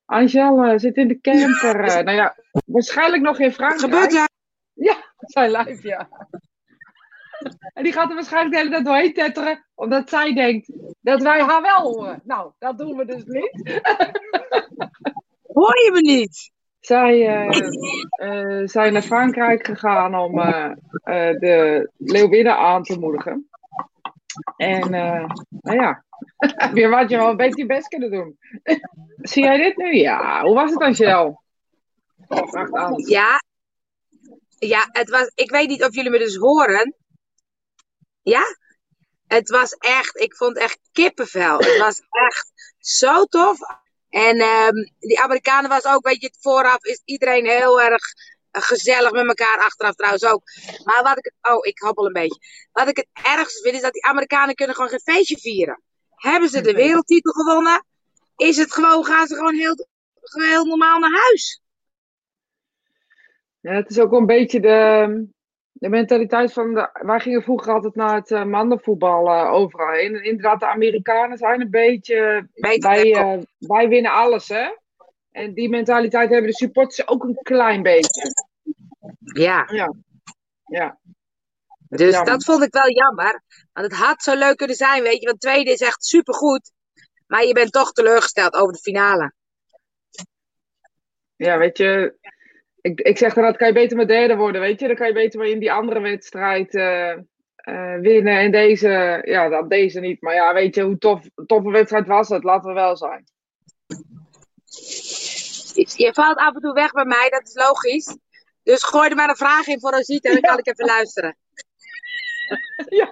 Angel zit in de camper. Nou ja, waarschijnlijk nog in Wat gebeurt Frankrijk. er? Ja, zijn live, ja. En die gaat er waarschijnlijk de hele tijd doorheen tetteren, omdat zij denkt dat wij haar wel horen. Nou, dat doen we dus niet. Hoor je me niet? Zij zijn naar Frankrijk gegaan om de Leeuwinnen aan te moedigen. En nou ja, weer wat je wel een beetje je best kunnen doen. Zie jij dit nu? Ja, hoe was het, Angel? Vraagt Ans. Ja, ja, het was. Ik weet niet of jullie me dus horen. Ja, het was echt. Ik vond echt kippenvel. Het was echt zo tof. En die Amerikanen was ook, weet je, vooraf is iedereen heel erg gezellig met elkaar. Achteraf trouwens ook. Maar wat ik. Oh, ik hobbel een beetje. Wat ik het ergste vind is dat die Amerikanen kunnen gewoon geen feestje vieren. Hebben ze de Nee. wereldtitel gewonnen? Is het gewoon, gaan ze gewoon heel normaal naar huis? Ja, het is ook wel een beetje de mentaliteit van wij gingen vroeger altijd naar het mannenvoetbal overal heen. En inderdaad, de Amerikanen zijn een beetje. Beter Wij, level. wij winnen alles, hè? En die mentaliteit hebben de supporters ook een klein beetje. Ja, Ja, ja. Dat is dus jammer. dat vond ik wel jammer. Want het had zo leuk kunnen zijn, weet je. Want tweede is echt supergoed. Maar je bent toch teleurgesteld over de finale. Ja, weet je. Ik zeg dan dat kan je beter met derde worden, weet je. Dan kan je beter maar in die andere wedstrijd winnen. En deze, ja, dat deze niet. Maar ja, weet je hoe toffe wedstrijd was het? Laten we wel zijn. Je valt af en toe weg bij mij, dat is logisch. Dus gooi er maar een vraag in voor Rosita en dan kan ik even luisteren. Ja.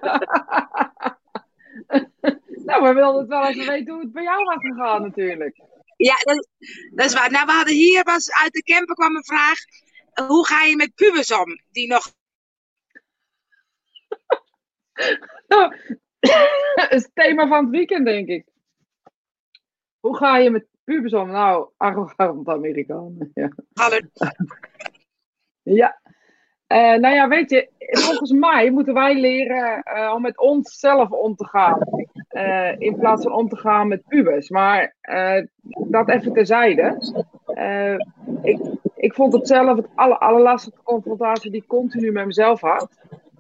Nou, we wilden het wel even weten hoe het bij jou was gegaan natuurlijk. Ja, dat is waar. Nou, we hadden hier, was uit de camper kwam een vraag. Hoe ga je met pubers om? Die nog... Nou, het is het thema van het weekend, denk ik. Hoe ga je met pubers om? Nou, arrogant Amerikanen. Ja. Ja. Nou ja, weet je, volgens mij moeten wij leren om met onszelf om te gaan. In plaats van om te gaan met pubers. Maar dat even terzijde. Uh, ik, ik vond het zelf het allerlastigste confrontatie die ik continu met mezelf had.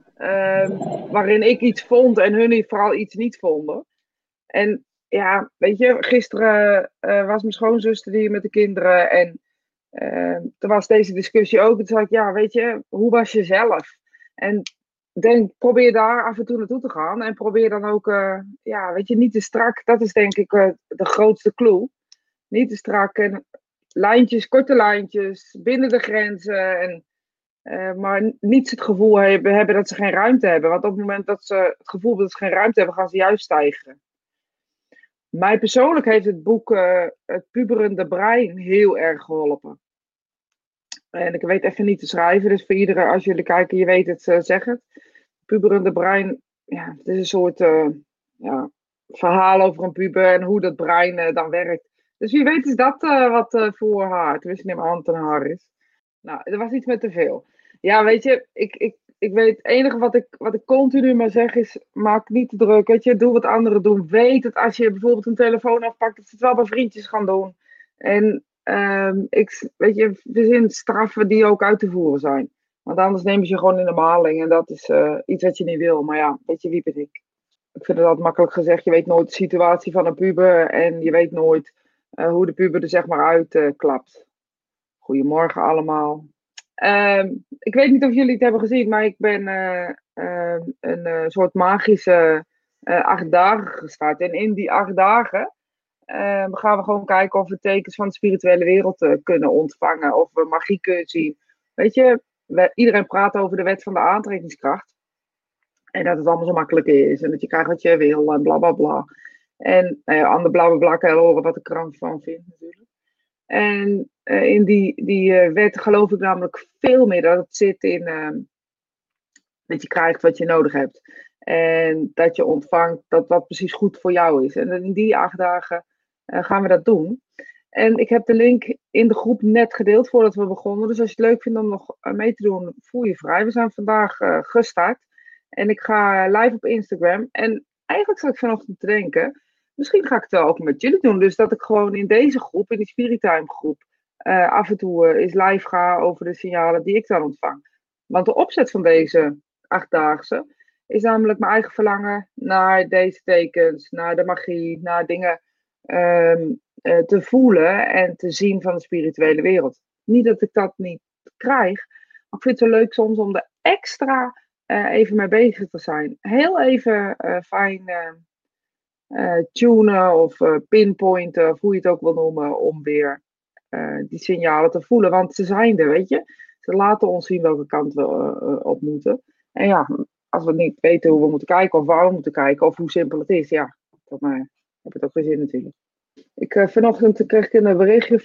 Waarin ik iets vond en hun vooral iets niet vonden. En ja, weet je, gisteren was mijn schoonzuster hier met de kinderen. En toen was deze discussie ook. Toen zei ik, ja, weet je, hoe was je zelf? En probeer daar af en toe naartoe te gaan. En probeer dan ook, ja, weet je, niet te strak. Dat is denk ik de grootste clue. Niet te strak. En lijntjes, korte lijntjes, binnen de grenzen. En, maar niet het gevoel hebben dat ze geen ruimte hebben. Want op het moment dat ze het gevoel hebben dat ze geen ruimte hebben, gaan ze juist stijgen. Mij persoonlijk heeft het boek Het Puberende Brein heel erg geholpen. En ik weet even niet te schrijven, dus voor iedereen, als jullie kijken, je weet het, zeg het. Puberende brein, ja, het is een soort ja, verhaal over een puber en hoe dat brein dan werkt. Dus wie weet is dat wat voor haar, tenminste niet mijn hand en haar is. Nou, er was iets met te veel. Ja, weet je, ik weet, het enige wat ik continu maar zeg is, maak niet te druk, weet je, doe wat anderen doen. Weet dat als je bijvoorbeeld een telefoon afpakt, dat ze het wel bij vriendjes gaan doen. En weet je, verzin straffen die ook uit te voeren zijn. Want anders nemen ze je gewoon in de maling. En dat is iets wat je niet wil. Maar ja, weet je, wie ben ik? Ik vind het altijd makkelijk gezegd. Je weet nooit de situatie van een puber. En je weet nooit hoe de puber er zeg maar uitklapt. Goedemorgen allemaal. Ik weet niet of jullie het hebben gezien. Maar ik ben een soort magische 8 dagen gestart. En in die 8 dagen gaan we gewoon kijken of we tekens van de spirituele wereld kunnen ontvangen. Of we magie kunnen zien. Weet je, iedereen praat over de wet van de aantrekkingskracht. En dat het allemaal zo makkelijk is. En dat je krijgt wat je wil en bla bla bla. En aan de blauwe bla kan je horen wat ik er dan van vind natuurlijk. En in die wet geloof ik namelijk veel meer dat het zit in dat je krijgt wat je nodig hebt. En dat je ontvangt dat wat precies goed voor jou is. En in die 8 dagen gaan we dat doen. En ik heb de link in de groep net gedeeld voordat we begonnen. Dus als je het leuk vindt om nog mee te doen, voel je vrij. We zijn vandaag gestart. En ik ga live op Instagram. En eigenlijk zat ik vanochtend te denken. misschien ga ik het wel ook met jullie doen. Dus dat ik gewoon in deze groep, in die Spiritime groep, af en toe eens live ga over de signalen die ik dan ontvang. Want de opzet van deze 8-daagse is namelijk mijn eigen verlangen naar deze tekens, naar de magie, naar dingen te voelen en te zien van de spirituele wereld. Niet dat ik dat niet krijg, maar ik vind het zo leuk soms om er extra even mee bezig te zijn. Heel even fijn tunen of pinpointen, of hoe je het ook wil noemen, om weer die signalen te voelen. Want ze zijn er, weet je. Ze laten ons zien welke kant we op moeten. En ja, als we niet weten hoe we moeten kijken, of waar we moeten kijken, of hoe simpel het is, ja, dan heb het ook geen zin natuurlijk. Vanochtend kreeg ik een berichtje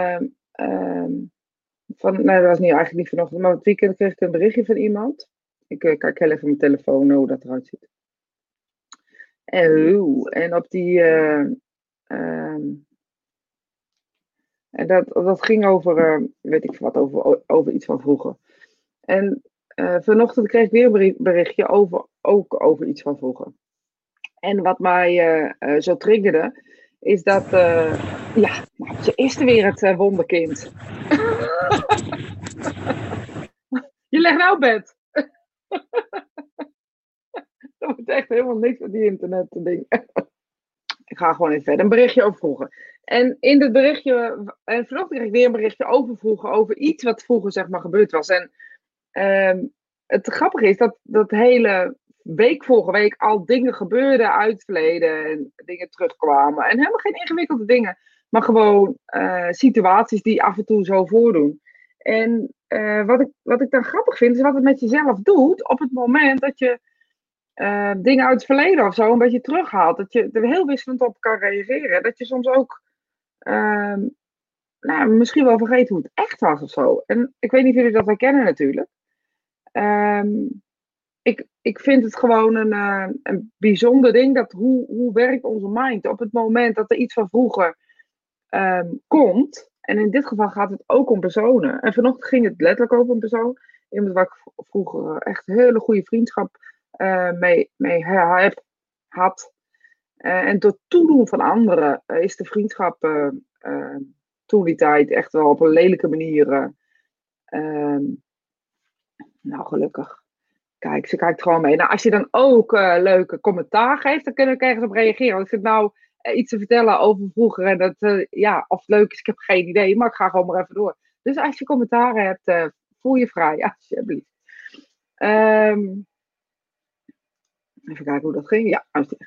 nee, dat was eigenlijk niet vanochtend, maar het weekend kreeg ik een berichtje van iemand. Ik kijk heel even mijn telefoon hoe dat eruit ziet. En op die. En dat ging over, weet ik wat, over iets van vroeger. En vanochtend kreeg ik weer een berichtje ook over iets van vroeger. En wat mij zo triggerde, is dat, ja, nou, ze is er weer het wonderkind. Je legt nou bed. Dat wordt echt helemaal niks met die internet ding. Ik ga gewoon even verder. Een berichtje over vroeger. En in dit berichtje, en vanochtend kreeg ik weer een berichtje over vroeger, over iets wat vroeger zeg maar gebeurd was. En het grappige is dat hele week, vorige week, al dingen gebeurden uit het verleden en dingen terugkwamen. En helemaal geen ingewikkelde dingen, maar gewoon situaties die af en toe zo voordoen. En wat ik dan grappig vind, is wat het met jezelf doet op het moment dat je dingen uit het verleden of zo een beetje terughaalt. Dat je er heel wisselend op kan reageren. Dat je soms ook misschien wel vergeet hoe het echt was of zo. En ik weet niet of jullie dat herkennen natuurlijk. Ik vind het gewoon een bijzonder ding. Dat hoe werkt onze mind op het moment dat er iets van vroeger komt. En in dit geval gaat het ook om personen. En vanochtend ging het letterlijk over een persoon. Iemand waar ik vroeger echt een hele goede vriendschap mee had. En door toedoen van anderen is de vriendschap toen die tijd echt wel op een lelijke manier. Nou, gelukkig. Kijk, ze kijkt gewoon mee. Nou, als je dan ook leuke commentaar geeft, dan kunnen we ergens op reageren. Als ik zit nou iets te vertellen over vroeger en dat, ja, of het leuk is, ik heb geen idee, maar ik ga gewoon maar even door. Dus als je commentaren hebt, voel je vrij, alsjeblieft. Even kijken hoe dat ging. Ja,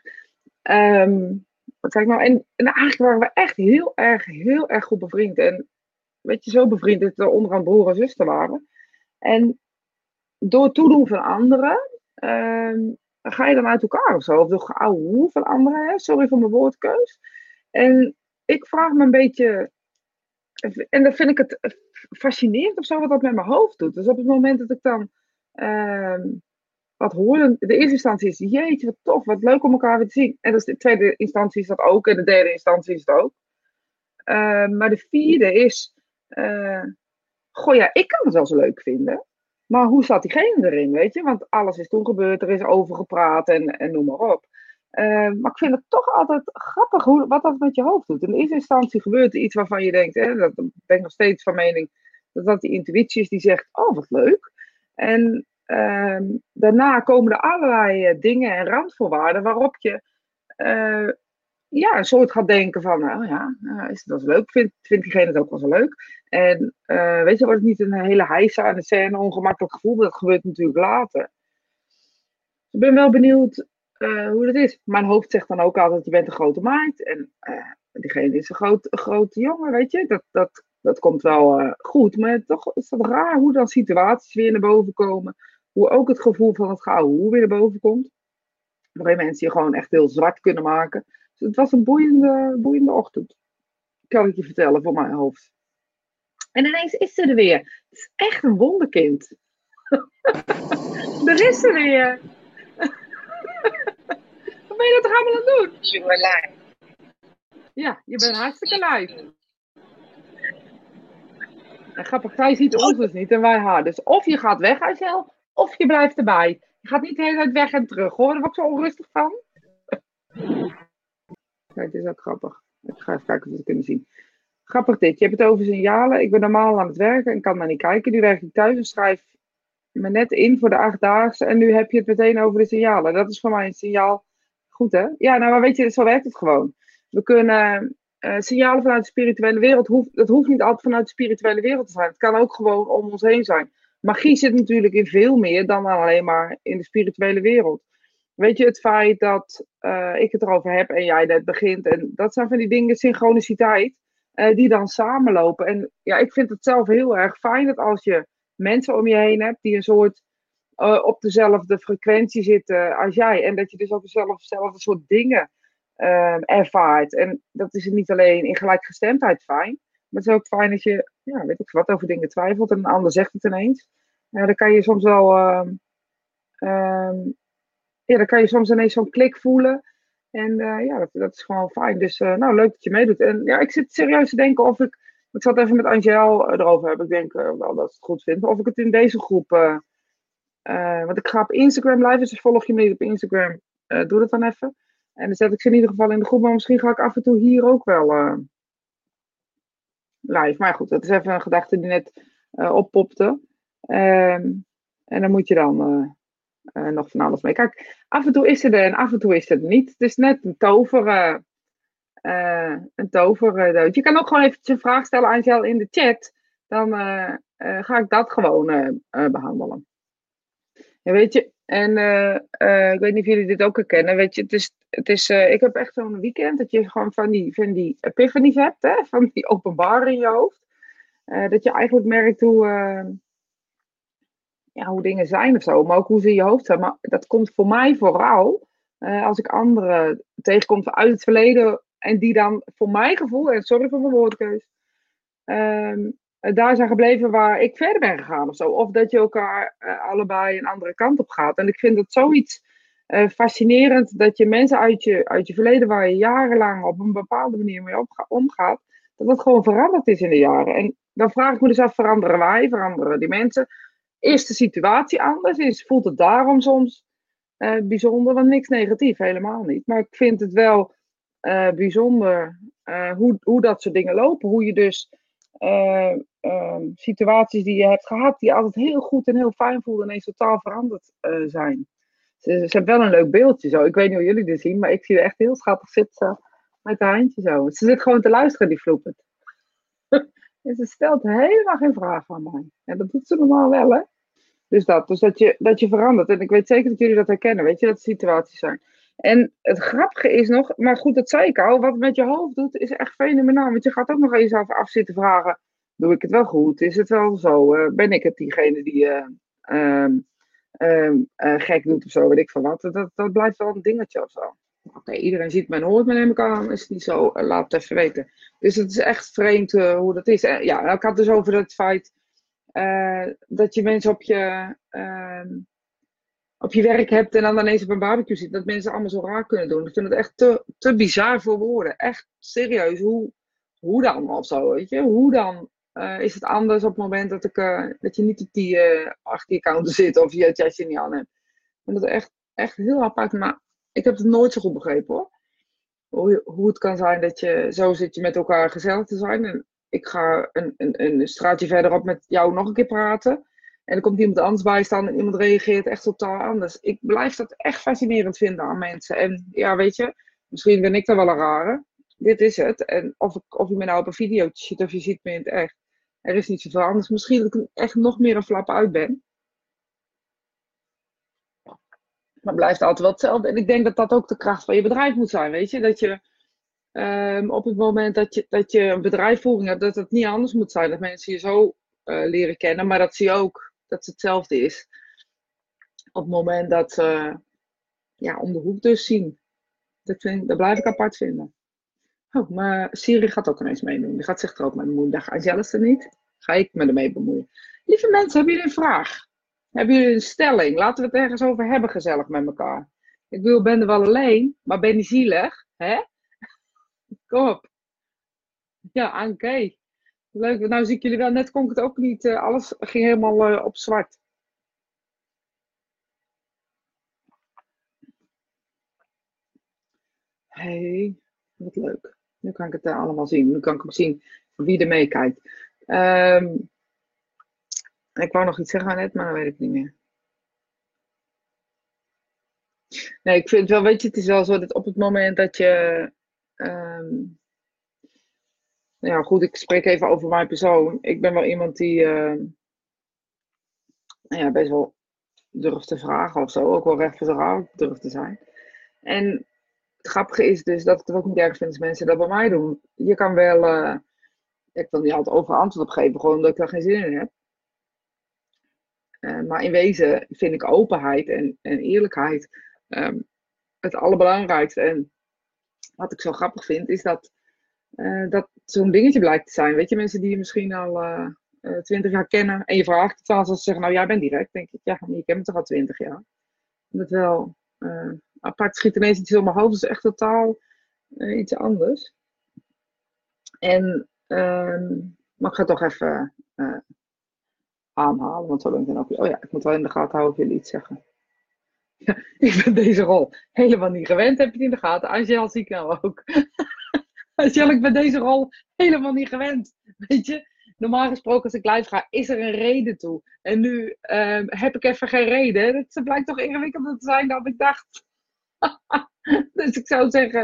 wat zei ik nou? En eigenlijk waren we echt heel erg goed bevriend. En weet je, zo bevriend dat we onderaan broer en zuster waren. En door het toedoen van anderen, ga je dan uit elkaar of zo. Of door geouwe van anderen, hè? Sorry voor mijn woordkeus. En ik vraag me een beetje, en dan vind ik het fascinerend of zo, wat dat met mijn hoofd doet. Dus op het moment dat ik dan wat hoor, de eerste instantie is, jeetje, wat tof, wat leuk om elkaar weer te zien. En dus de tweede instantie is dat ook, en de derde instantie is het ook. Maar de vierde is, goh ja, ik kan het wel zo leuk vinden. Maar hoe zat diegene erin, weet je? Want alles is toen gebeurd, er is over gepraat en noem maar op. Maar ik vind het toch altijd grappig wat dat met je hoofd doet. In de eerste instantie gebeurt er iets waarvan je denkt, dat ben ik nog steeds van mening, dat die intuïtie is die zegt, oh wat leuk. En daarna komen er allerlei dingen en randvoorwaarden waarop je een soort gaat denken van, nou ja, is het wel zo leuk? Vindt diegene het ook wel zo leuk? En weet je, wordt het niet een hele heisa en een ongemakkelijk gevoel? Dat gebeurt natuurlijk later. Ik ben wel benieuwd hoe dat is. Mijn hoofd zegt dan ook altijd, je bent een grote meid. En diegene is een grote jongen, weet je. Dat komt wel goed. Maar toch is dat raar hoe dan situaties weer naar boven komen. Hoe ook het gevoel van het geouwe weer naar boven komt. Waarin mensen je gewoon echt heel zwart kunnen maken. Dus het was een boeiende ochtend. Kan ik je vertellen, voor mijn hoofd. En ineens is ze er weer. Het is echt een wonderkind. Er is ze weer. Wat ben je dat toch allemaal aan het doen? Je bent live. Ja, je bent hartstikke live. En grappig, zij ziet ons dus niet en wij haar. Dus of je gaat weg uit jezelf, of je blijft erbij. Je gaat niet de hele tijd weg en terug, hoor. Daar word ik zo onrustig van. Kijk, dit is ook grappig. Ik ga even kijken of we het kunnen zien. Grappig dit. Je hebt het over signalen. Ik ben normaal aan het werken en kan maar niet kijken. Nu werk ik thuis en schrijf me net in voor de 8-daagse. En nu heb je het meteen over de signalen. Dat is voor mij een signaal. Goed, hè? Ja, nou, maar weet je, zo werkt het gewoon. We kunnen signalen vanuit de spirituele wereld. Dat hoeft niet altijd vanuit de spirituele wereld te zijn. Het kan ook gewoon om ons heen zijn. Magie zit natuurlijk in veel meer dan alleen maar in de spirituele wereld. Weet je, het feit dat ik het erover heb en jij net begint. En dat zijn van die dingen, synchroniciteit, die dan samenlopen. En ja, ik vind het zelf heel erg fijn dat als je mensen om je heen hebt die een soort op dezelfde frequentie zitten als jij. En dat je dus ook dezelfde soort dingen ervaart. En dat is niet alleen in gelijkgestemdheid fijn. Maar het is ook fijn als je, ja, weet ik wat, over dingen twijfelt en een ander zegt het ineens. Dan kan je soms wel ehm, ja, dan kan je soms ineens zo'n klik voelen. En ja, dat is gewoon fijn. Dus nou, leuk dat je meedoet. En ja, ik zit serieus te denken of ik. Ik zat even met Angel erover hebben. Ik denk wel dat ze het goed vindt. Of ik het in deze groep. Want ik ga op Instagram live. Dus volg je me niet op Instagram. Doe dat dan even. En dan zet ik ze in ieder geval in de groep. Maar misschien ga ik af en toe hier ook wel live. Maar goed, dat is even een gedachte die net oppopte. Ehm, en dan moet je dan. Nog van alles mee. Kijk, af en toe is het er en af en toe is het niet. Het is net een toverdood. Je kan ook gewoon even een vraag stellen aan Angel in de chat. Dan ga ik dat gewoon behandelen. Ja, weet je, en ik weet niet of jullie dit ook herkennen. Weet je, ik heb echt zo'n weekend dat je gewoon van die epiphanies hebt, hè? Van die openbaren in je hoofd. Dat je eigenlijk merkt hoe dingen zijn of zo, maar ook hoe ze in je hoofd zijn. Maar dat komt voor mij vooral als ik anderen tegenkom uit het verleden en die dan voor mijn gevoel, en sorry voor mijn woordkeus, daar zijn gebleven waar ik verder ben gegaan of zo. Of dat je elkaar allebei een andere kant op gaat. En ik vind het zoiets fascinerend dat je mensen uit je verleden waar je jarenlang op een bepaalde manier mee omgaat, dat dat gewoon veranderd is in de jaren. En dan vraag ik me dus af, veranderen wij, veranderen die mensen? Is de situatie anders? Voelt het daarom soms bijzonder? Want niks negatief, helemaal niet. Maar ik vind het wel bijzonder hoe dat soort dingen lopen. Hoe je dus situaties die je hebt gehad, die altijd heel goed en heel fijn voelden, ineens totaal veranderd zijn. Ze hebben wel een leuk beeldje zo. Ik weet niet hoe jullie dit zien, maar ik zie er echt heel schattig zitten met haar handje zo. Ze zit gewoon te luisteren, die vloepert. En ze stelt helemaal geen vragen aan mij. En dat doet ze normaal wel, hè? Dus dat je verandert. En ik weet zeker dat jullie dat herkennen, weet je, dat situaties zijn. En het grappige is nog, maar goed, dat zei ik al, wat het met je hoofd doet, is echt fenomenaal. Want je gaat ook nog eens af zitten vragen, doe ik het wel goed? Is het wel zo? Ben ik het diegene die ehm, gek doet of zo, weet ik van wat? Dat blijft wel een dingetje of zo. Oké, iedereen ziet me en hoort me, neem ik aan, is het niet zo, laat het even weten. Dus het is echt vreemd hoe dat is. Ja, ik had dus over het feit dat je mensen op je werk hebt en dan ineens op een barbecue zit. Dat mensen allemaal zo raar kunnen doen. Ik vind het echt te bizar voor woorden. Echt serieus. Hoe dan of zo, weet je? Hoe dan is het anders op het moment dat je niet op die achter je counter zit of je het jasje niet aan hebt. Ik vind dat echt heel apart. Maar ik heb het nooit zo goed begrepen hoor. Hoe het kan zijn dat je zo zit je met elkaar gezellig te zijn. En ik ga een straatje verderop met jou nog een keer praten. En er komt iemand anders bij staan en iemand reageert echt totaal anders. Ik blijf dat echt fascinerend vinden aan mensen. En ja, weet je, misschien ben ik dan wel een rare. Dit is het. En of je me nou op een video ziet of je ziet me in het echt. Er is niet zoveel anders. Misschien dat ik echt nog meer een flap uit ben. Maar het blijft altijd wel hetzelfde. En ik denk dat dat ook de kracht van je bedrijf moet zijn. Weet je, dat je op het moment dat je een bedrijfsvoering hebt, dat het niet anders moet zijn. Dat mensen je zo leren kennen, maar dat zie je ook dat het hetzelfde is. Op het moment dat ze om de hoek dus zien. Dat blijf ik apart vinden. Oh, maar Siri gaat ook ineens meedoen. Die gaat zich er ook mee bemoeien. Dag Angela is er niet. Ga ik me ermee bemoeien. Lieve mensen, hebben jullie een vraag? Hebben jullie een stelling? Laten we het ergens over hebben gezellig met elkaar. Ik ben er wel alleen, maar ben niet zielig. Hè? Kom op. Ja, Anke. Leuk, nou zie ik jullie wel. Net kon ik het ook niet. Alles ging helemaal op zwart. Hey. Wat leuk. Nu kan ik het allemaal zien. Nu kan ik ook zien wie er meekijkt. Ehm, ik wou nog iets zeggen net, maar dan weet ik het niet meer. Nee, ik vind wel, weet je, het is wel zo dat op het moment dat je. ehm, nou ja, goed, ik spreek even over mijn persoon. Ik ben wel iemand die nou ja, best wel durft te vragen of zo. Ook wel recht voor zijn raap durft te zijn. En het grappige is dus dat ik het ook niet erg vind als mensen dat bij mij doen. Je kan wel, ik kan niet altijd overal antwoord op geven, gewoon omdat ik daar geen zin in heb. Maar in wezen vind ik openheid en eerlijkheid het allerbelangrijkste. En wat ik zo grappig vind, is dat zo'n dingetje blijkt te zijn. Weet je, mensen die je misschien al 20 jaar kennen en je vraagt het als ze zeggen, nou jij bent direct, denk ik, ja, maar je kent me toch al 20 jaar. Dat wel apart schiet ineens iets in mijn hoofd, dat is echt totaal iets anders. En, maar ik ga toch even aanhalen, want zo denk ik dan ook, oh ja, ik moet wel in de gaten houden of jullie iets zeggen. Ja, ik ben deze rol helemaal niet gewend, heb je het in de gaten. Angel zie ik nou ook. Angel, ik ben deze rol helemaal niet gewend. Weet je, normaal gesproken als ik live ga, is er een reden toe. En nu heb ik even geen reden. Het blijkt toch ingewikkelder te zijn dan ik dacht. Dus ik zou zeggen,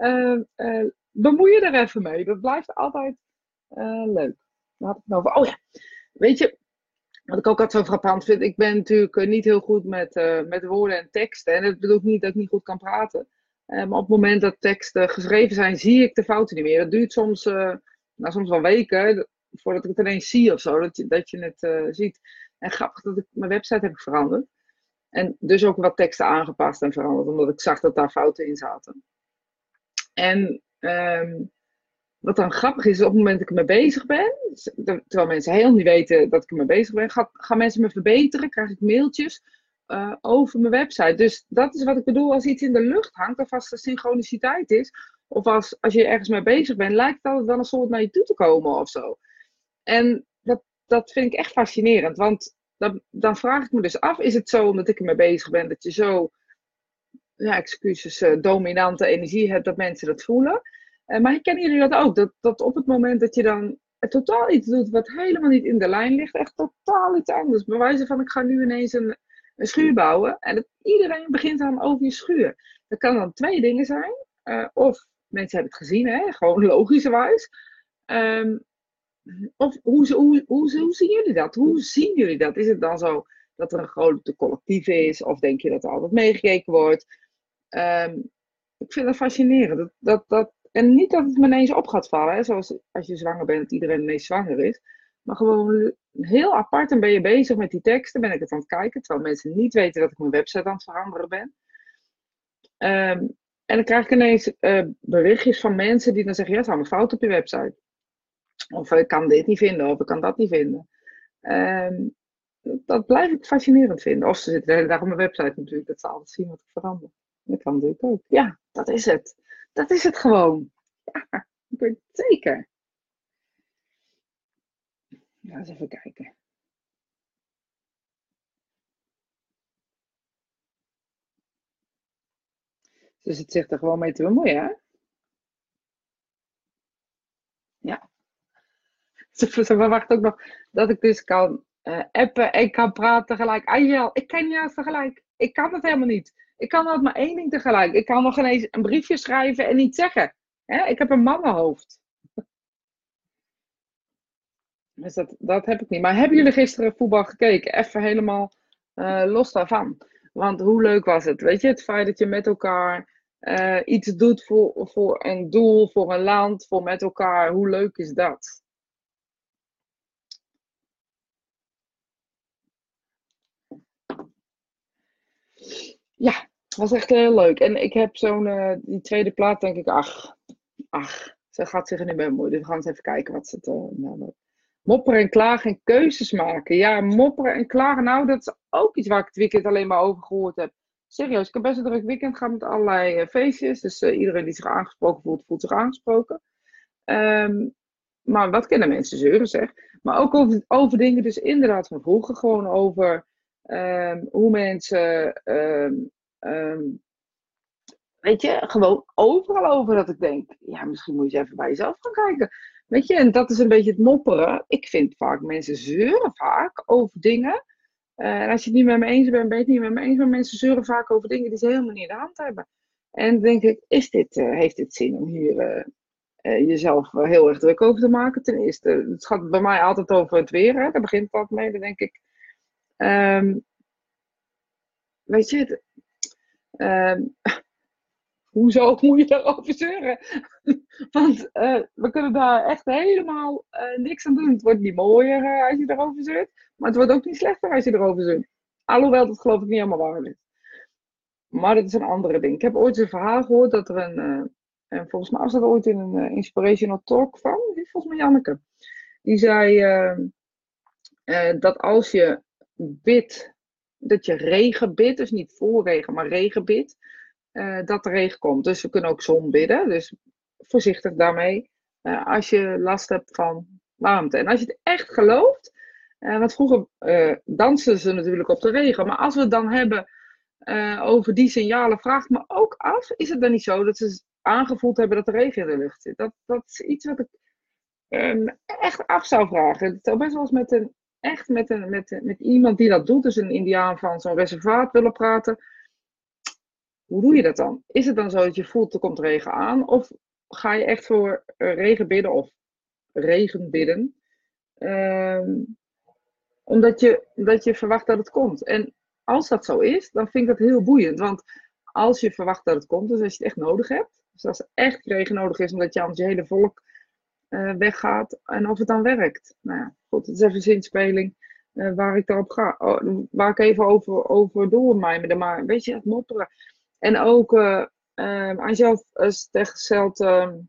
bemoei je er even mee. Dat blijft altijd leuk. Daar had ik het over. Oh ja, weet je, wat ik ook altijd zo frappant vind. Ik ben natuurlijk niet heel goed met woorden en teksten. En dat bedoelt niet dat ik niet goed kan praten. Maar op het moment dat teksten geschreven zijn, zie ik de fouten niet meer. Dat duurt soms, soms wel weken voordat ik het ineens zie of zo. Dat je het ziet. En grappig dat ik mijn website heb veranderd. En dus ook wat teksten aangepast en veranderd. Omdat ik zag dat daar fouten in zaten. En wat dan grappig is, op het moment dat ik ermee bezig ben, terwijl mensen helemaal niet weten dat ik ermee bezig ben, gaan mensen me verbeteren, krijg ik mailtjes over mijn website. Dus dat is wat ik bedoel als iets in de lucht hangt, of als er synchroniciteit is, of als je ergens mee bezig bent, lijkt het altijd wel een soort naar je toe te komen of zo. En dat vind ik echt fascinerend, want dan vraag ik me dus af, is het zo omdat ik ermee bezig ben, dat je zo, ja, excuses, dominante energie hebt, dat mensen dat voelen? Maar kennen jullie dat ook? Dat op het moment dat je dan totaal iets doet wat helemaal niet in de lijn ligt, echt totaal iets anders. Bij wijze van, ik ga nu ineens een schuur bouwen en dat iedereen begint dan over je schuur. Dat kan dan twee dingen zijn. Of mensen hebben het gezien, hè? Gewoon logischerwijs. Ehm, of hoe zien jullie dat? Hoe zien jullie dat? Is het dan zo dat er een grote collectief is? Of denk je dat er altijd meegekeken wordt? Ik vind dat fascinerend. En niet dat het me ineens op gaat vallen, hè, zoals als je zwanger bent, dat iedereen ineens zwanger is. Maar gewoon heel apart en ben je bezig met die teksten, ben ik het aan het kijken, terwijl mensen niet weten dat ik mijn website aan het veranderen ben. En dan krijg ik ineens berichtjes van mensen die dan zeggen, ja, er staan fout op je website. Of ik kan dit niet vinden, of ik kan dat niet vinden. Dat blijf ik fascinerend vinden. Of ze zitten de hele dag op mijn website natuurlijk, dat ze altijd zien wat ik verander. Dat kan natuurlijk ook. Ja, dat is het. Dat is het gewoon. Ja, ik weet het zeker. Ja, eens even kijken. Dus het zit er gewoon mee te bemoeien, hè? Ja. Ze verwachten ook nog dat ik dus kan appen en kan praten tegelijk. Angel, ik kan niet juist tegelijk. Ik kan het helemaal niet. Ik kan altijd maar één ding tegelijk. Ik kan nog ineens een briefje schrijven en niet zeggen. Hè? Ik heb een mannenhoofd. Dus dat heb ik niet. Maar hebben jullie gisteren voetbal gekeken? Even helemaal los daarvan. Want hoe leuk was het? Weet je, het feit dat je met elkaar iets doet voor een doel, voor een land, voor met elkaar. Hoe leuk is dat? Ja, het was echt heel leuk. En ik heb die tweede plaat, denk ik, ach, ze gaat zich er niet mee bemoeien. Dus we gaan eens even kijken wat ze het nou, mopperen en klagen en keuzes maken. Ja, mopperen en klagen. Nou, dat is ook iets waar ik het weekend alleen maar over gehoord heb. Serieus, ik heb best een druk weekend gehad met allerlei feestjes. Dus iedereen die zich aangesproken voelt, voelt zich aangesproken. Ehm, maar wat kennen mensen zeuren, zeg. Maar ook over dingen dus inderdaad van vroeger. Gewoon over hoe mensen Weet je, gewoon overal over dat ik denk, ja, misschien moet je eens even bij jezelf gaan kijken. Weet je, en dat is een beetje het mopperen. Ik vind vaak mensen zeuren vaak over dingen. En als je het niet met me eens bent, ben je het niet met me eens. Maar mensen zeuren vaak over dingen die ze helemaal niet in de hand hebben. En dan denk ik, heeft dit zin om hier jezelf heel erg druk over te maken? Ten eerste, het gaat bij mij altijd over het weer. Hè? Daar begint het mee. Dan denk ik, ehm, weet je, ehm, hoezo moet je daarover zeuren? Want we kunnen daar echt helemaal niks aan doen. Het wordt niet mooier als je erover zeurt. Maar het wordt ook niet slechter als je erover zeurt. Alhoewel, dat geloof ik niet helemaal waar is. Maar dat is een andere ding. Ik heb ooit een verhaal gehoord dat er en volgens mij was dat ooit in een inspirational talk van, volgens mij Janneke. Die zei dat als je bidt, dat je regen bidt, dus niet voor regen, maar regen bidt, dat er regen komt. Dus we kunnen ook zon bidden, dus voorzichtig daarmee als je last hebt van warmte. En als je het echt gelooft, want vroeger dansten ze natuurlijk op de regen, maar als we het dan hebben over die signalen, vraag ik me ook af, is het dan niet zo dat ze aangevoeld hebben dat er regen in de lucht zit? Dat is iets wat ik echt af zou vragen. Het zou best wel eens met iemand die dat doet, dus een Indiaan van zo'n reservaat willen praten. Hoe doe je dat dan? Is het dan zo dat je voelt er komt regen aan? Of ga je echt voor regen bidden of regen bidden? Omdat je verwacht dat het komt. En als dat zo is, dan vind ik dat heel boeiend. Want als je verwacht dat het komt, dus als je het echt nodig hebt. Dus als er echt regen nodig is, omdat je anders je hele volk weggaat. En of het dan werkt. Nou ja, goed, het is even een zinspeling waar ik daarop ga. Waar ik even over doormijmerde. Maar weet je, het mopperen. En ook als je stelt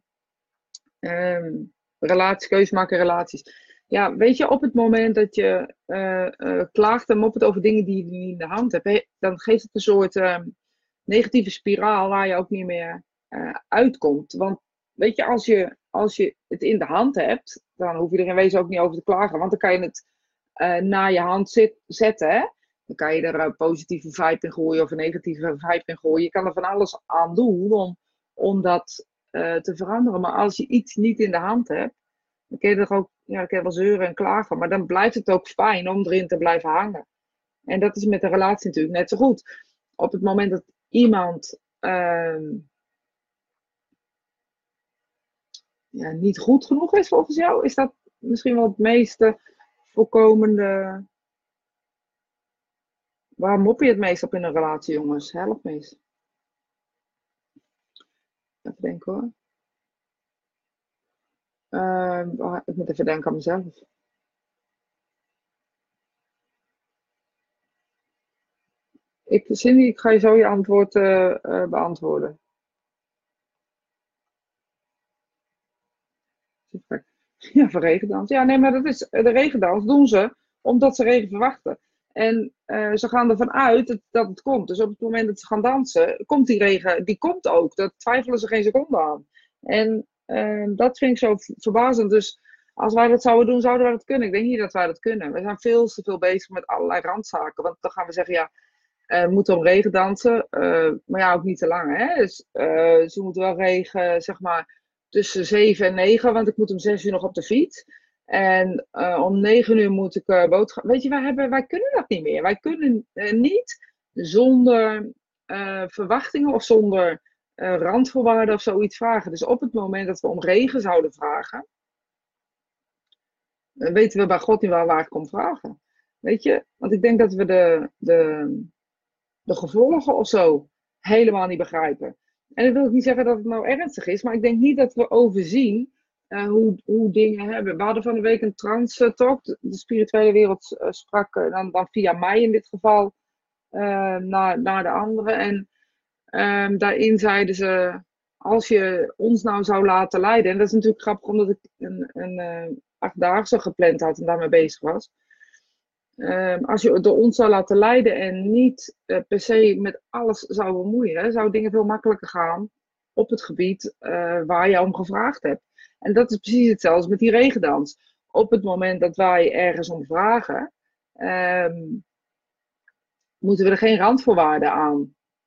keuze maken relaties. Ja, weet je, op het moment dat je klaagt en moppert over dingen die je niet in de hand hebt, dan geeft het een soort negatieve spiraal waar je ook niet meer uitkomt. Want weet je, als je het in de hand hebt, dan hoef je er in wezen ook niet over te klagen, want dan kan je het naar je hand zetten. Hè? Dan kan je er een positieve vibe in gooien of een negatieve vibe in gooien. Je kan er van alles aan doen om dat te veranderen. Maar als je iets niet in de hand hebt, dan kun je er ook, ja, dan kun je wel zeuren en klagen. Maar dan blijft het ook fijn om erin te blijven hangen. En dat is met de relatie natuurlijk net zo goed. Op het moment dat iemand ja, niet goed genoeg is volgens jou, is dat misschien wel het meeste voorkomende. Waar mop je het meest op in een relatie, jongens? Help me eens. Even denken hoor. Ik moet even denken aan mezelf. Cindy, ik ga je zo je antwoord beantwoorden. Ja, voor regendans. Ja, nee, maar dat is, de regendans doen ze omdat ze regen verwachten. En ze gaan ervan uit dat het komt. Dus op het moment dat ze gaan dansen, komt die regen, die komt ook. Daar twijfelen ze geen seconde aan. En dat vind ik zo verbazend. Dus als wij dat zouden doen, zouden wij dat kunnen. Ik denk niet dat wij dat kunnen. We zijn veel te veel bezig met allerlei randzaken. Want dan gaan we zeggen, ja, we moeten om regen dansen. Maar ja, ook niet te lang. Hè? Dus ze moeten wel regen, zeg maar, tussen 7 en 9. Want ik moet om 6 uur nog op de fiets. En om 9 uur moet ik boodschappen. Weet je, wij kunnen dat niet meer. Wij kunnen niet zonder verwachtingen of zonder randvoorwaarden of zoiets vragen. Dus op het moment dat we om regen zouden vragen, weten we bij God niet waar ik om vragen. Weet je, want ik denk dat we de gevolgen of zo helemaal niet begrijpen. En dat wil ik niet zeggen dat het nou ernstig is, maar ik denk niet dat we overzien hoe dingen hebben. We hadden van de week een trans-talk, de spirituele wereld sprak dan via mij in dit geval naar de anderen. En daarin zeiden ze, als je ons nou zou laten leiden, en dat is natuurlijk grappig omdat ik een 8-daagse gepland had en daarmee bezig was. Als je door ons zou laten leiden en niet per se met alles zou bemoeien, zou dingen veel makkelijker gaan op het gebied waar je om gevraagd hebt. En dat is precies hetzelfde als met die regendans. Op het moment dat wij ergens om vragen, moeten we er geen randvoorwaarden aan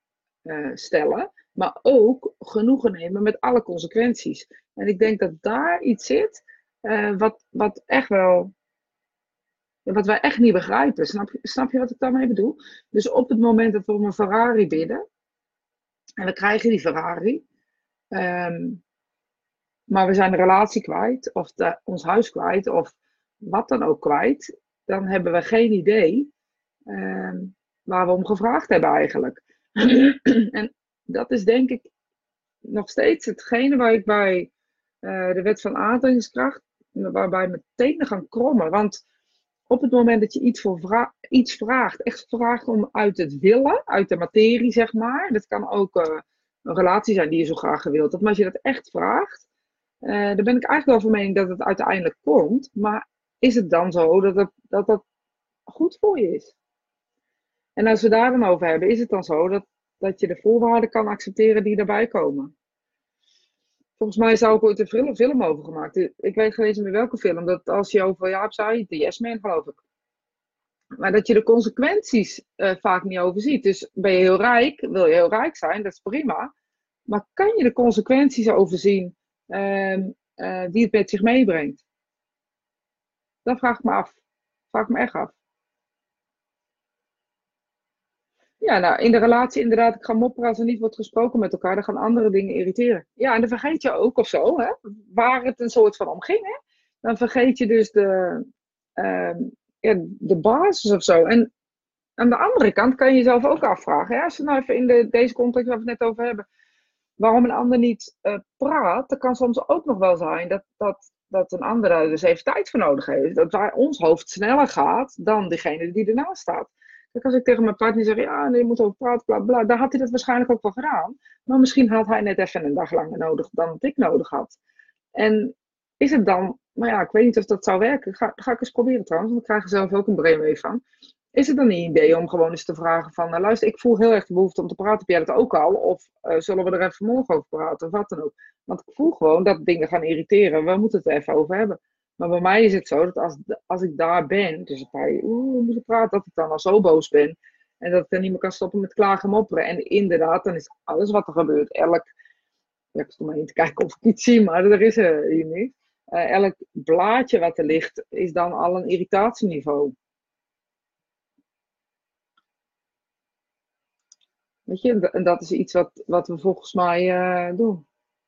stellen. Maar ook genoegen nemen met alle consequenties. En ik denk dat daar iets zit wat echt wel. Wat wij echt niet begrijpen. Snap je wat ik daarmee bedoel? Dus op het moment dat we om een Ferrari bidden. En we krijgen die Ferrari. ehm, maar we zijn de relatie kwijt. Of ons huis kwijt. Of wat dan ook kwijt. Dan hebben we geen idee ehm, waar we om gevraagd hebben eigenlijk. En dat is denk ik nog steeds hetgene waar ik bij de wet van aantrekkingskracht, waarbij mijn tenen gaan krommen. Want op het moment dat je iets vraagt, echt vraagt om uit het willen, uit de materie zeg maar, dat kan ook een relatie zijn die je zo graag gewild hebt, maar als je dat echt vraagt, dan ben ik eigenlijk wel van mening dat het uiteindelijk komt. Maar is het dan zo dat goed voor je is? En als we daar dan over hebben, is het dan zo dat je de voorwaarden kan accepteren die daarbij komen? Volgens mij zou ik ooit een film over gemaakt. Ik weet geen eens meer welke film. Dat als je over Jaap zei, de Yes Man geloof ik. Maar dat je de consequenties vaak niet overziet. Dus ben je heel rijk, wil je heel rijk zijn, dat is prima. Maar kan je de consequenties overzien die het met zich meebrengt? Dat vraag ik me af. Vraag ik me echt af. Ja, nou, in de relatie inderdaad, ik ga mopperen als er niet wordt gesproken met elkaar, dan gaan andere dingen irriteren. Ja, en dan vergeet je ook of zo, hè, waar het een soort van om ging, hè. Dan vergeet je dus ehm, ja, de basis of zo. En aan de andere kant kan je jezelf ook afvragen, hè, als we nou even in deze context waar we het net over hebben, waarom een ander niet praat, dat kan soms ook nog wel zijn dat een ander daar dus even tijd voor nodig heeft. Dat ons hoofd sneller gaat dan degene die ernaast staat. Kijk, als ik tegen mijn partner zeg, ja, nee, je moet over praten, bla bla, dan had hij dat waarschijnlijk ook wel gedaan. Maar misschien had hij net even een dag langer nodig dan wat ik nodig had. En is het dan, nou ja, ik weet niet of dat zou werken. Ga ik eens proberen trouwens, want ik krijg er zelf ook een brainwave van. Is het dan niet een idee om gewoon eens te vragen van, nou, luister, ik voel heel erg de behoefte om te praten, heb jij dat ook al? Of zullen we er even morgen over praten, of wat dan ook? Want ik voel gewoon dat dingen gaan irriteren, we moeten het er even over hebben. Maar bij mij is het zo dat als ik daar ben, dus bij, we moeten praten, dat ik dan al zo boos ben. En dat ik dan niet meer kan stoppen met klagen en mopperen. En inderdaad, dan is alles wat er gebeurt, ja, ik stond maar in te kijken of ik iets zie, maar er is er hier niet. Elk blaadje wat er ligt, is dan al een irritatieniveau. Weet je, en dat is iets wat we volgens mij doen.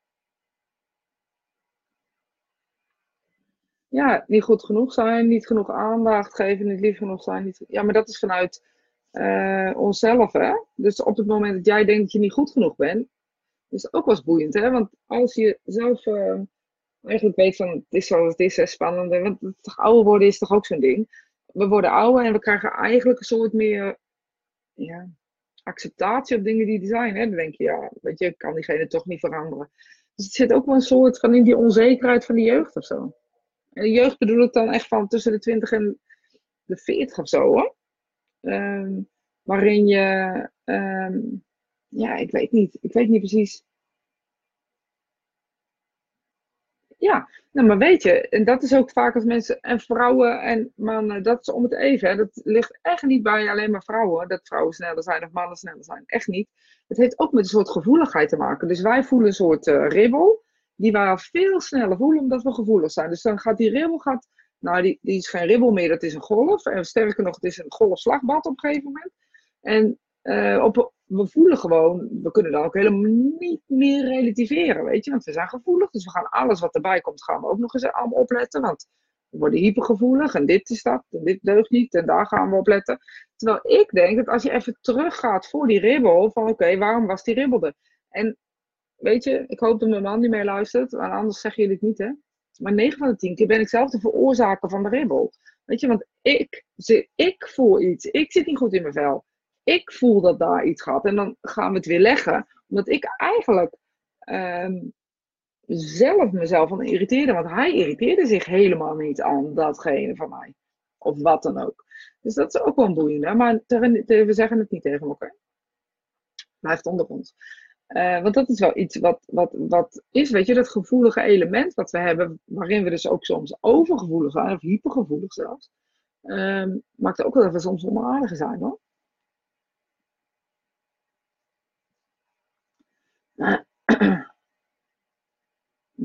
Ja, niet goed genoeg zijn, niet genoeg aandacht geven, niet lief genoeg zijn. Ja, maar dat is vanuit onszelf, hè? Dus op het moment dat jij denkt dat je niet goed genoeg bent, is het ook wel eens boeiend, hè? Want als je zelf eigenlijk weet van het is zoals het is, hè, spannend. Want toch ouder worden is toch ook zo'n ding. We worden ouder en we krijgen eigenlijk een soort meer ja, acceptatie op dingen die er zijn. Hè? Dan denk je, ja, weet je, ik kan diegene toch niet veranderen. Dus het zit ook wel een soort van in die onzekerheid van de jeugd of zo. En de jeugd bedoel ik dan echt van tussen de 20 en de 40 of zo, hoor. Ehm, waarin je, ja, ik weet niet precies. Ja, nou, maar weet je, en dat is ook vaak als mensen, en vrouwen en mannen, dat is om het even. Hè. Dat ligt echt niet bij alleen maar vrouwen, dat vrouwen sneller zijn of mannen sneller zijn. Echt niet. Het heeft ook met een soort gevoeligheid te maken. Dus wij voelen een soort ribbel, die wij veel sneller voelen omdat we gevoelig zijn. Dus dan gaat die ribbel, nou die is geen ribbel meer, dat is een golf. En sterker nog, het is een golfslagbad op een gegeven moment. En we voelen gewoon, we kunnen dan ook helemaal niet meer relativeren, weet je. Want we zijn gevoelig, dus we gaan alles wat erbij komt, gaan we ook nog eens allemaal opletten. Want we worden hypergevoelig en dit is dat, en dit deugt niet, en daar gaan we op letten. Terwijl ik denk dat als je even teruggaat voor die ribbel, van oké, waarom was die ribbel er? En weet je, ik hoop dat mijn man niet mee luistert, want anders zeggen jullie het niet, hè. Maar 9 van de 10 keer ben ik zelf de veroorzaker van de ribbel. Weet je, want ik voel iets, ik zit niet goed in mijn vel. Ik voel dat daar iets gaat. En dan gaan we het weer leggen. Omdat ik eigenlijk ehm, zelf mezelf aan irriteerde. Want hij irriteerde zich helemaal niet aan datgene van mij. Of wat dan ook. Dus dat is ook wel een boeiende. Maar we zeggen het niet tegen elkaar. Blijft onder ons. Want dat is wel iets wat is, weet je, dat gevoelige element wat we hebben. Waarin we dus ook soms overgevoelig zijn. Of hypergevoelig zelfs. Maakt ook wel dat we soms onaardig zijn, hoor.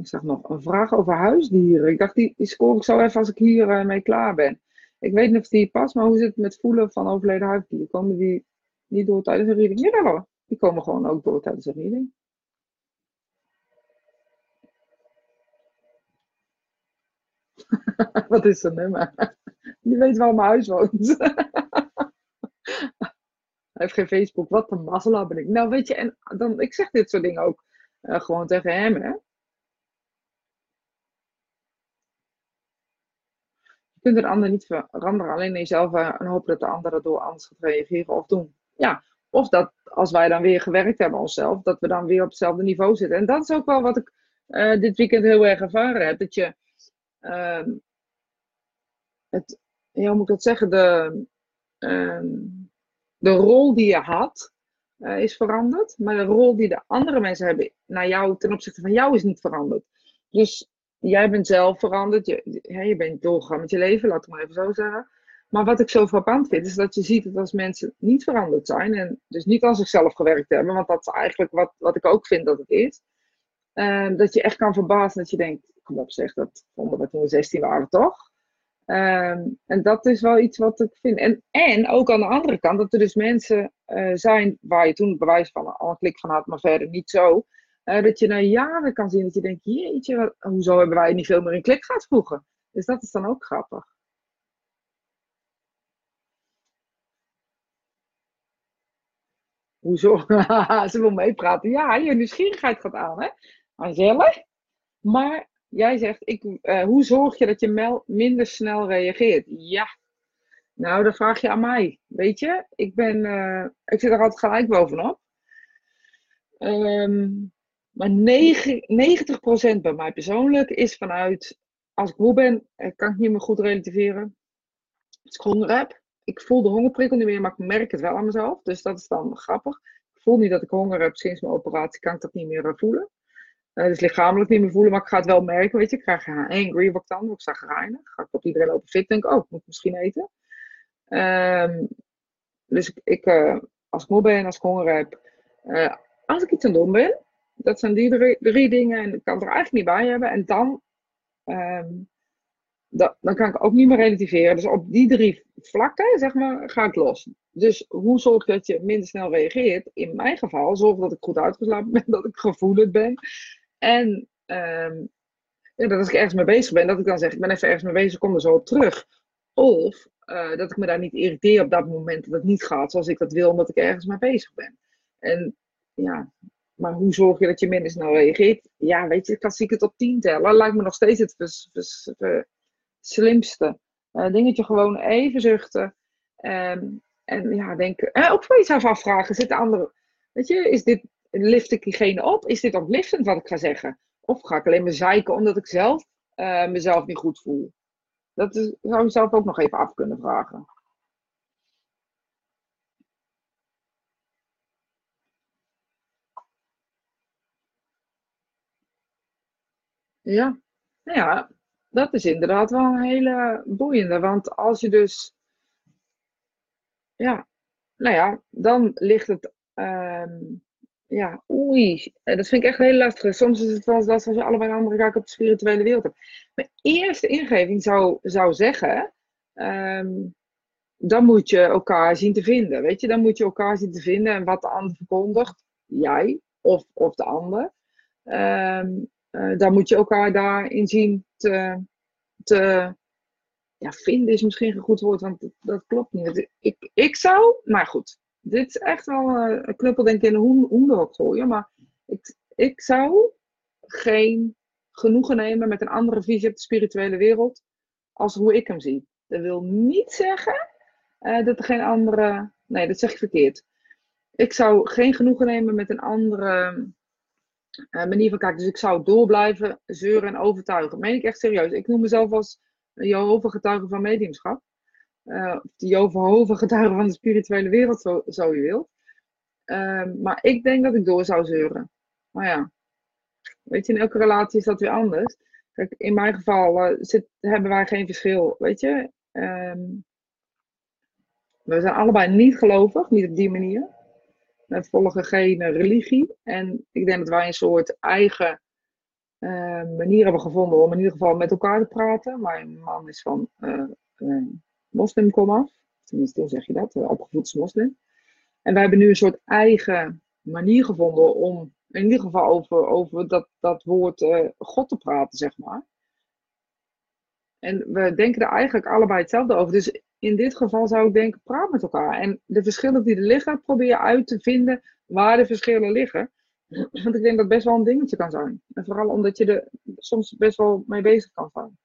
Ik zag nog een vraag over huisdieren. Ik dacht, die score ik zo even als ik hier mee klaar ben. Ik weet niet of die past, maar hoe zit het met voelen van overleden huisdieren? Komen die niet door tijdens een reading? Ja, hoor. Die komen gewoon ook door tijdens een reading. Wat is zijn nummer? Die weet waar mijn huis woont. Hij heeft geen Facebook. Wat een mazzelaar ben ik. Nou, weet je, en dan, ik zeg dit soort dingen ook gewoon tegen hem, hè. Je kunt een ander niet veranderen, alleen in jezelf en hopen dat de ander erdoor anders gaat reageren of doen. Ja, of dat als wij dan weer gewerkt hebben aan onszelf, dat we dan weer op hetzelfde niveau zitten. En dat is ook wel wat ik dit weekend heel erg ervaren heb. Dat je, ehm, ja, hoe moet ik dat zeggen, ehm, de rol die je had is veranderd, maar de rol die de andere mensen hebben naar jou ten opzichte van jou is niet veranderd. Dus jij bent zelf veranderd, je bent doorgegaan met je leven, laat ik maar even zo zeggen. Maar wat ik zo frappant vind, is dat je ziet dat als mensen niet veranderd zijn, en dus niet aan zichzelf gewerkt hebben, want dat is eigenlijk wat ik ook vind dat het is, dat je echt kan verbazen dat je denkt, kom op zeg, dat vonden we toen we 16 waren toch? En dat is wel iets wat ik vind. En ook aan de andere kant, dat er dus mensen zijn waar je toen het bewijs van al een klik van had, maar verder niet zo. Dat je na jaren kan zien dat je denkt, jeetje, hoezo hebben wij niet veel meer in klik gehad vroeger? Dus dat is dan ook grappig. Hoezo? Ze wil meepraten. Ja, je nieuwsgierigheid gaat aan, hè? Angelle? Maar jij zegt, hoe zorg je dat je minder snel reageert? Ja, nou, dat vraag je aan mij. Weet je, ik zit er altijd gelijk bovenop. Ehm, maar 90% bij mij persoonlijk is vanuit, als ik moe ben, kan ik niet meer goed relativeren. Als ik honger heb, ik voel de hongerprikkel niet meer, maar ik merk het wel aan mezelf. Dus dat is dan grappig. Ik voel niet dat ik honger heb sinds mijn operatie, kan ik dat niet meer voelen. Dus lichamelijk niet meer voelen, maar ik ga het wel merken, weet je. Ik krijg angry, word ik dan, word ik zagrijnig. Ga ik op iedereen lopen fit, denk ik, oh, ik moet misschien eten. Dus als ik moe ben, als ik honger heb, als ik iets aan het doen ben, dat zijn die drie dingen en ik kan het er eigenlijk niet bij hebben. En ehm, dan kan ik ook niet meer relativeren. Dus op die drie vlakken, zeg maar, ga ik los. Dus hoe zorg je dat je minder snel reageert? In mijn geval, zorg dat ik goed uitgeslapen ben, dat ik gevoelig ben. En ja, dat als ik ergens mee bezig ben, dat ik dan zeg, ik ben even ergens mee bezig, kom er zo op terug. Of dat ik me daar niet irriteer op dat moment dat het niet gaat zoals ik dat wil, omdat ik ergens mee bezig ben. En ja, maar hoe zorg je dat je minder snel reageert? Ja, weet je, klassieke tot 10 tellen lijkt me nog steeds het slimste. Dingetje gewoon even zuchten. En ja, denk, ook voor jezelf afvragen, zit de andere, weet je, lift ik diegene op? Is dit opliftend wat ik ga zeggen? Of ga ik alleen maar zeiken omdat ik zelf mezelf niet goed voel? Zou je zelf ook nog even af kunnen vragen. Ja, nou ja, dat is inderdaad wel een hele boeiende. Want als je dus, ja, nou ja, dan ligt het, ja, oei, dat vind ik echt heel lastig. Soms is het wel eens lastig als je allebei een andere kijk op de spirituele wereld hebt. Mijn eerste ingeving zou zeggen, ehm, dan moet je elkaar zien te vinden. Weet je, dan moet je elkaar zien te vinden en wat de ander verkondigt, jij of de ander. Ehm, dan moet je elkaar daarin zien te ja, vinden is misschien geen goed woord, want dat klopt niet. Ik zou, maar goed, dit is echt wel een knuppel denk ik in een hoenderhok gooien, maar ik zou geen genoegen nemen met een andere visie op de spirituele wereld als hoe ik hem zie. Dat wil niet zeggen dat er geen andere, nee, dat zeg ik verkeerd. Ik zou geen genoegen nemen met een andere manier van kijken. Dus ik zou door blijven zeuren en overtuigen. Dat meen ik echt serieus. Ik noem mezelf als een Jehovah-getuige van mediumschap. Of de Jehovah-getuige van de spirituele wereld, zo je wilt. Maar ik denk dat ik door zou zeuren. Maar ja, weet je, in elke relatie is dat weer anders. Kijk, in mijn geval hebben wij geen verschil, weet je. We zijn allebei niet gelovig, niet op die manier. We volgen geen religie. En ik denk dat wij een soort eigen manier hebben gevonden om in ieder geval met elkaar te praten. Mijn man is van moslim komaf. Tenminste, hoe zeg je dat? Opgevoed als moslim. En wij hebben nu een soort eigen manier gevonden om in ieder geval over dat woord God te praten, zeg maar. En we denken er eigenlijk allebei hetzelfde over. Dus in dit geval zou ik denken, praat met elkaar. En de verschillen die er liggen, probeer je uit te vinden waar de verschillen liggen. Want ik denk dat het best wel een dingetje kan zijn. En vooral omdat je er soms best wel mee bezig kan zijn.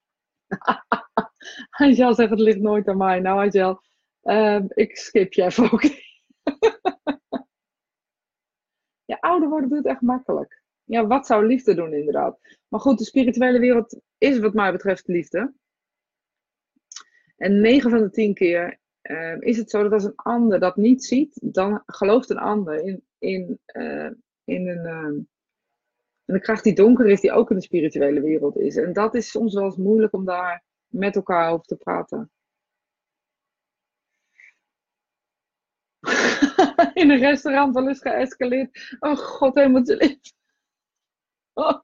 Angel zegt, het ligt nooit aan mij. Nou Angel, ik skip je even ook. Ja, ouder worden doet echt makkelijk. Ja, wat zou liefde doen inderdaad. Maar goed, de spirituele wereld is wat mij betreft liefde. En 9 van de 10 keer is het zo dat als een ander dat niet ziet, dan gelooft een ander in een kracht die donker is, die ook in de spirituele wereld is. En dat is soms wel eens moeilijk om daar met elkaar over te praten. In een restaurant wel eens geëscaleerd. Oh god, helemaal te lief. Oh.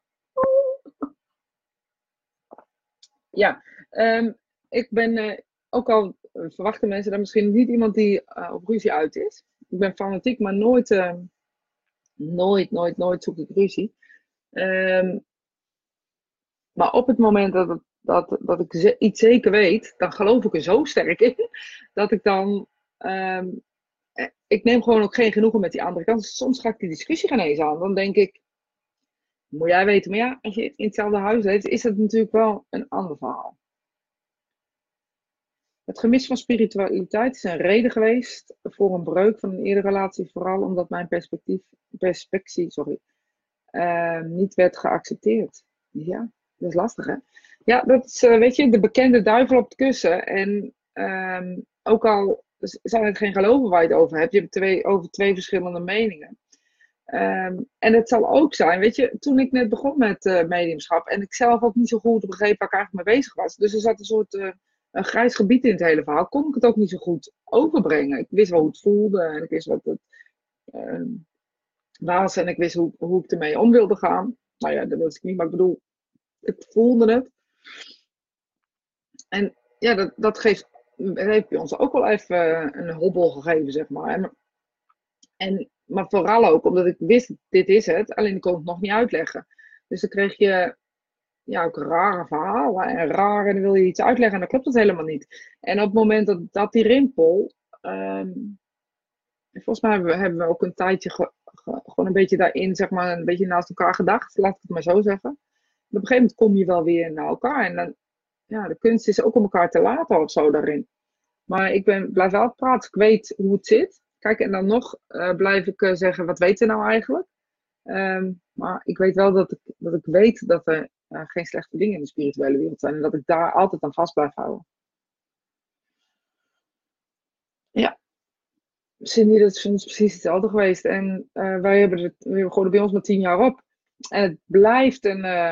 Ja, ik ben ook al verwachten mensen dat misschien niet iemand die op ruzie uit is. Ik ben fanatiek, maar nooit zoek ik ruzie. Maar op het moment dat ik iets zeker weet, dan geloof ik er zo sterk in, dat ik dan... ik neem gewoon ook geen genoegen met die andere kant. Dus soms ga ik die discussie geen eens aan. Dan denk ik, moet jij weten. Maar ja, als je in hetzelfde huis leeft, is dat natuurlijk wel een ander verhaal. Het gemis van spiritualiteit is een reden geweest voor een breuk van een eerdere relatie. Vooral omdat mijn perspectie niet werd geaccepteerd. Ja, dat is lastig hè. Ja, dat is, weet je, de bekende duivel op het kussen. En ook al zijn het geen geloven waar je het over hebt. Je hebt over twee verschillende meningen. En het zal ook zijn, weet je, toen ik net begon met mediumschap en ik zelf ook niet zo goed begreep waar ik eigenlijk mee bezig was. Dus er zat een soort een grijs gebied in het hele verhaal. Kon ik het ook niet zo goed overbrengen. Ik wist wel hoe het voelde en ik wist wat het was en ik wist hoe ik ermee om wilde gaan. Nou ja, dat wist ik niet, maar ik bedoel, ik voelde het. En ja, dat heeft bij ons ook wel even een hobbel gegeven, zeg maar. Maar vooral ook omdat ik wist, dit is het, alleen ik kon het nog niet uitleggen. Dus dan kreeg je ja, ook rare verhalen en en dan wil je iets uitleggen en dan klopt het helemaal niet. En op het moment dat die rimpel, volgens mij hebben we ook een tijdje gewoon een beetje daarin, zeg maar, een beetje naast elkaar gedacht, laat ik het maar zo zeggen. En op een gegeven moment kom je wel weer naar elkaar en dan, ja, de kunst is ook om elkaar te laten of zo daarin. Maar ik blijf wel praten, ik weet hoe het zit. Kijk, en dan nog blijf ik zeggen, wat weet je nou eigenlijk? Maar ik weet wel dat ik weet dat er geen slechte dingen in de spirituele wereld zijn. En dat ik daar altijd aan vast blijf houden. Ja, Cindy, dat is ons precies hetzelfde geweest. En wij hebben gewoon bij ons maar 10 jaar op. En het blijft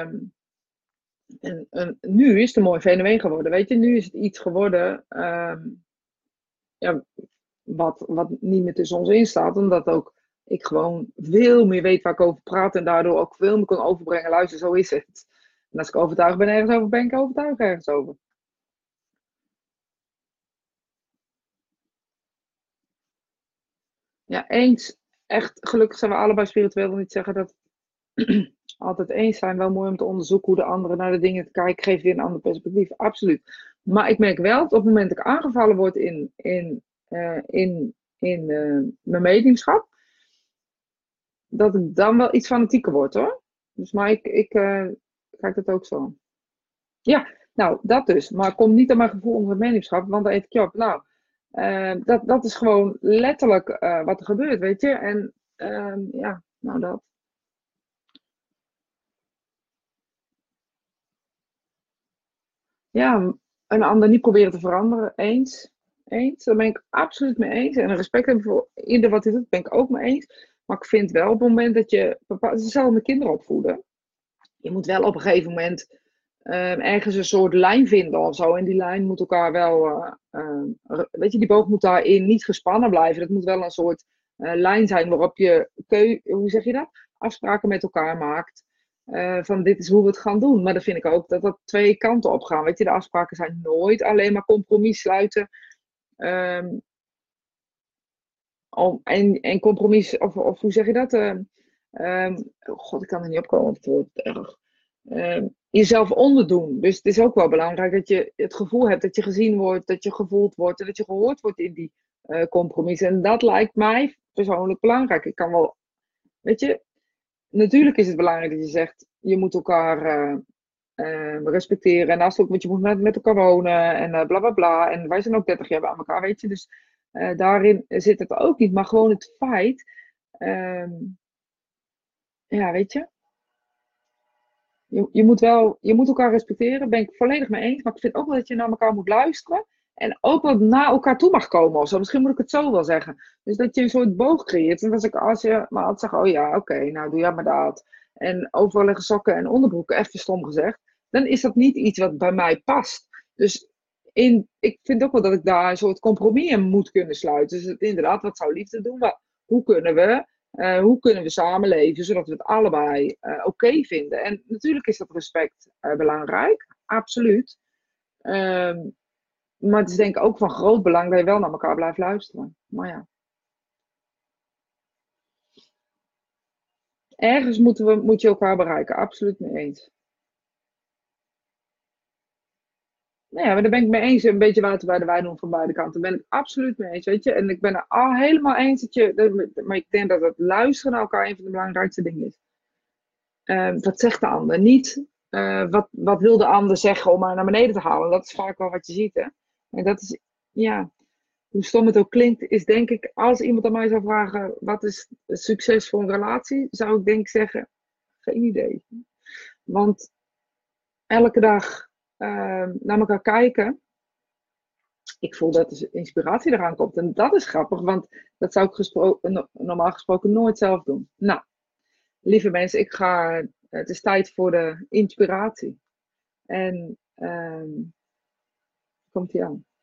nu is het een mooi fenomeen geworden, weet je. Nu is het iets geworden ja, wat niet meer tussen ons in staat. Omdat ook ik gewoon veel meer weet waar ik over praat. En daardoor ook veel meer kan overbrengen. Luister, zo is het. En als ik overtuigd ben ergens over, ben ik overtuigd ergens over. Ja, eens. Echt, gelukkig zijn we allebei spiritueel. Wil niet zeggen dat altijd eens zijn. Wel mooi om te onderzoeken hoe de anderen naar de dingen te kijken. Geeft weer een ander perspectief. Absoluut. Maar ik merk wel dat op het moment dat ik aangevallen word in mijn mediumschap, dat ik dan wel iets fanatieker word hoor. Dus maar ik kijk dat ook zo. Ja, nou dat dus. Maar kom niet aan mijn gevoel onder het mediumschap, want dan eet ik je op. Nou, dat is gewoon letterlijk wat er gebeurt, weet je. En ja, nou dat. Ja, een ander niet proberen te veranderen. Eens. Eens. Daar ben ik absoluut mee eens. En respect hebben voor ieder wat hij doet, ben ik ook mee eens. Maar ik vind wel op het moment dat je... Het is hetzelfde met kinderen opvoeden. Je moet wel op een gegeven moment ergens een soort lijn vinden of zo. En die lijn moet elkaar wel... weet je, die boog moet daarin niet gespannen blijven. Dat moet wel een soort lijn zijn waarop je... Hoe zeg je dat? Afspraken met elkaar maakt. van dit is hoe we het gaan doen. Maar dan vind ik ook dat dat twee kanten op gaan. Weet je, de afspraken zijn nooit alleen maar compromis sluiten. En compromis, of hoe zeg je dat? God, ik kan er niet opkomen op het woord. Erg. Jezelf onderdoen. Dus het is ook wel belangrijk dat je het gevoel hebt dat je gezien wordt, dat je gevoeld wordt en dat je gehoord wordt in die compromissen. En dat lijkt mij persoonlijk belangrijk. Ik kan wel, weet je, natuurlijk is het belangrijk dat je zegt, je moet elkaar respecteren. En naast ook, want je moet met elkaar wonen en bla bla bla. En wij zijn ook 30 jaar bij elkaar, weet je. Dus daarin zit het ook niet. Maar gewoon het feit, ja, weet je. Je moet elkaar respecteren, daar ben ik volledig mee eens. Maar ik vind ook wel dat je naar elkaar moet luisteren. En ook wat naar elkaar toe mag komen of zo. Misschien moet ik het zo wel zeggen. Dus dat je een soort boog creëert. En als je maar altijd zegt, oh ja, oké, nou doe jij maar dat. En overal liggen sokken en onderbroeken, even stom gezegd. Dan is dat niet iets wat bij mij past. Dus ik vind ook wel dat ik daar een soort compromis in moet kunnen sluiten. Dus inderdaad, wat zou liefde doen? Hoe kunnen we samenleven zodat we het allebei oké vinden? En natuurlijk is dat respect belangrijk, absoluut. Maar het is denk ik ook van groot belang dat je wel naar elkaar blijft luisteren. Maar ja. Ergens moet je elkaar bereiken, absoluut mee eens. Nou ja, maar daar ben ik mee eens. Een beetje water bij de wijn doen van beide kanten. Daar ben ik absoluut mee eens, weet je. En ik ben er al helemaal eens maar ik denk dat het luisteren naar elkaar een van de belangrijkste dingen is. Wat zegt de ander? Niet wat wil de ander zeggen om mij naar beneden te halen. Dat is vaak wel wat je ziet, hè. En dat is, ja, hoe stom het ook klinkt, is denk ik, als iemand aan mij zou vragen, wat is succes voor een relatie? Zou ik denk ik zeggen, geen idee. Want elke dag naar elkaar kijken, ik voel dat de inspiratie eraan komt. En dat is grappig, want dat zou ik normaal gesproken nooit zelf doen. Nou, lieve mensen, het is tijd voor de inspiratie. En komt ie aan.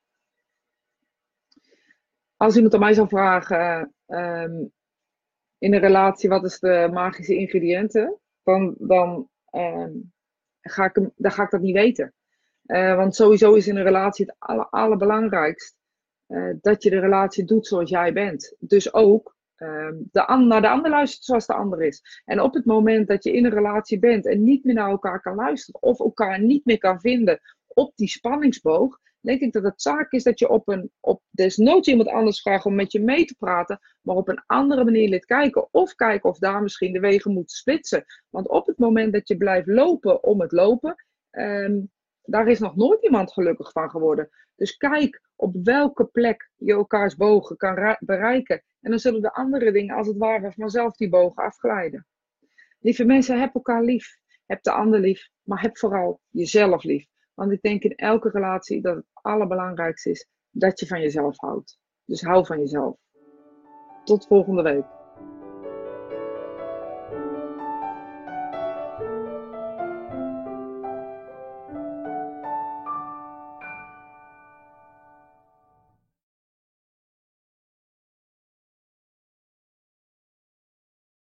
Als iemand aan mij zou vragen in een relatie wat is de magische ingrediënten, dan ga ik dat niet weten. Want sowieso is in een relatie het allerbelangrijkst dat je de relatie doet zoals jij bent. Dus ook naar de ander luistert zoals de ander is. En op het moment dat je in een relatie bent en niet meer naar elkaar kan luisteren of elkaar niet meer kan vinden op die spanningsboog, denk ik dat het zaak is dat je op desnoods iemand anders vraagt om met je mee te praten, maar op een andere manier liet kijken. Of kijken of daar misschien de wegen moeten splitsen. Want op het moment dat je blijft lopen om het lopen, daar is nog nooit iemand gelukkig van geworden. Dus kijk op welke plek je elkaars bogen kan bereiken. En dan zullen de andere dingen als het ware vanzelf die bogen afglijden. Lieve mensen, heb elkaar lief. Heb de ander lief. Maar heb vooral jezelf lief. Want ik denk in elke relatie dat het allerbelangrijkste is dat je van jezelf houdt. Dus hou van jezelf. Tot volgende week.